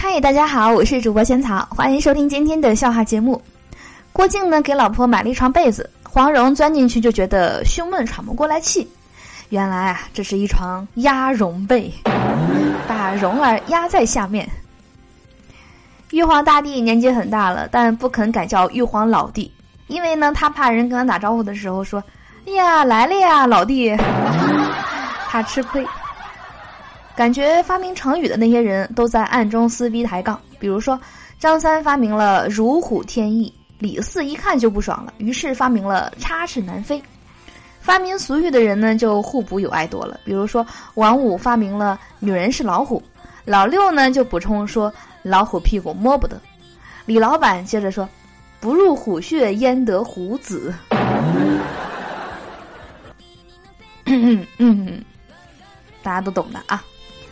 嗨，大家好，我是主播萱草，欢迎收听今天的笑话节目。郭靖呢给老婆买了一床被子，黄蓉钻进去就觉得胸闷喘不过来气，原来啊这是一床压绒被，把蓉儿压在下面。玉皇大帝年纪很大了，但不肯改叫玉皇老帝，因为呢他怕人跟他打招呼的时候说哎呀来了呀老弟，他吃亏。感觉发明成语的那些人都在暗中撕逼抬杠，比如说张三发明了如虎添翼，李四一看就不爽了，于是发明了插翅难飞。发明俗语的人呢就互补有爱多了，比如说王五发明了女人是老虎，老六呢就补充说老虎屁股摸不得，李老板接着说不入虎穴焉得虎子。大家都懂的啊。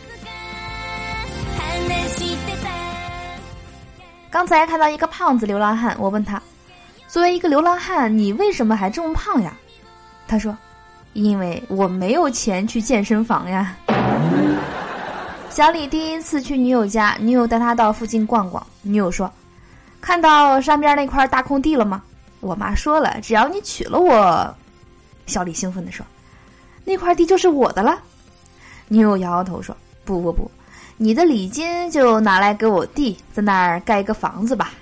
刚才看到一个胖子流浪汉，我问他，作为一个流浪汉，你为什么还这么胖呀？他说，因为我没有钱去健身房呀。小李第一次去女友家，女友带他到附近逛逛，女友说，看到山边那块大空地了吗？我妈说了，只要你娶了我。小李兴奋地说，那块地就是我的了。女友摇摇头说，不，你的礼金就拿来给我弟，在那儿盖一个房子吧。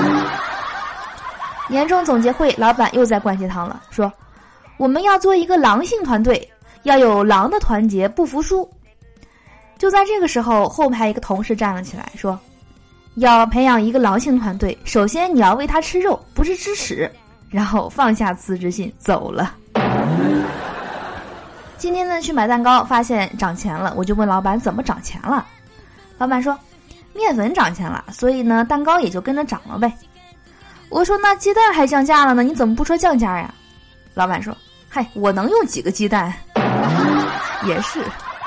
年终总结会，老板又在灌鸡汤了，说我们要做一个狼性团队，要有狼的团结，不服输。就在这个时候，后排一个同事站了起来，说要培养一个狼性团队，首先你要喂他吃肉，不是吃屎。然后放下辞职信走了。今天呢去买蛋糕，发现涨钱了，我就问老板怎么涨钱了。老板说面粉涨钱了，所以呢蛋糕也就跟着涨了呗。我说那鸡蛋还降价了呢，你怎么不说降价呀？老板说嗨，我能用几个鸡蛋？也是。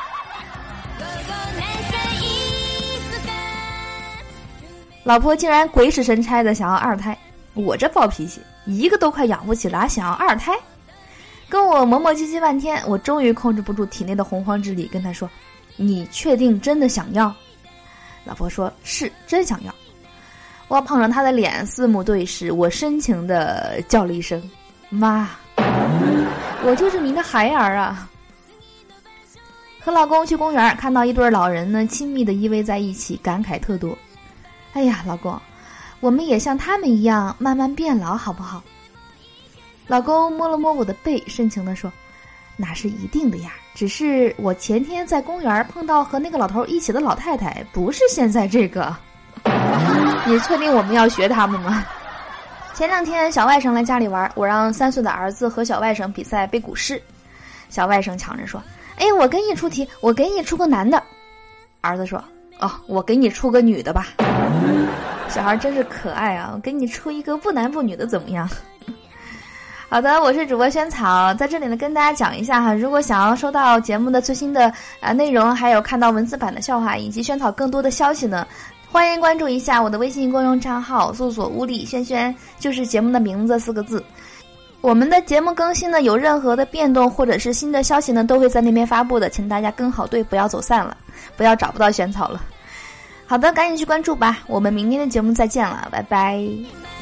老婆竟然鬼使神差的想要二胎，我这暴脾气一个都快养不起了，想要二胎？跟我磨磨唧唧半天，我终于控制不住体内的洪荒之力，跟他说你确定真的想要？老婆说是真想要。我捧着她的脸四目对视，我深情地叫了一声妈，我就是你的孩儿啊。和老公去公园，看到一对老人呢亲密地依偎在一起，感慨特多。哎呀老公，我们也像他们一样慢慢变老好不好？老公摸了摸我的背，深情地说，那是一定的呀，只是我前天在公园碰到和那个老头一起的老太太，不是现在这个。你确定我们要学他们吗？前两天小外甥来家里玩，我让3岁的儿子和小外甥比赛背古诗。小外甥抢着说，哎，我给你出题，我给你出个男的。儿子说，哦，我给你出个女的吧。小孩真是可爱啊，我给你出一个不男不女的怎么样？好的，我是主播萱草，在这里呢跟大家讲一下哈，如果想要收到节目的最新的内容，还有看到文字版的笑话以及萱草更多的消息呢，欢迎关注一下我的微信公众账号，搜索屋里萱萱，就是节目的名字4个字。我们的节目更新呢，有任何的变动或者是新的消息呢，都会在那边发布的，请大家跟好队，不要走散了，不要找不到萱草了。好的，赶紧去关注吧，我们明天的节目再见了，拜拜。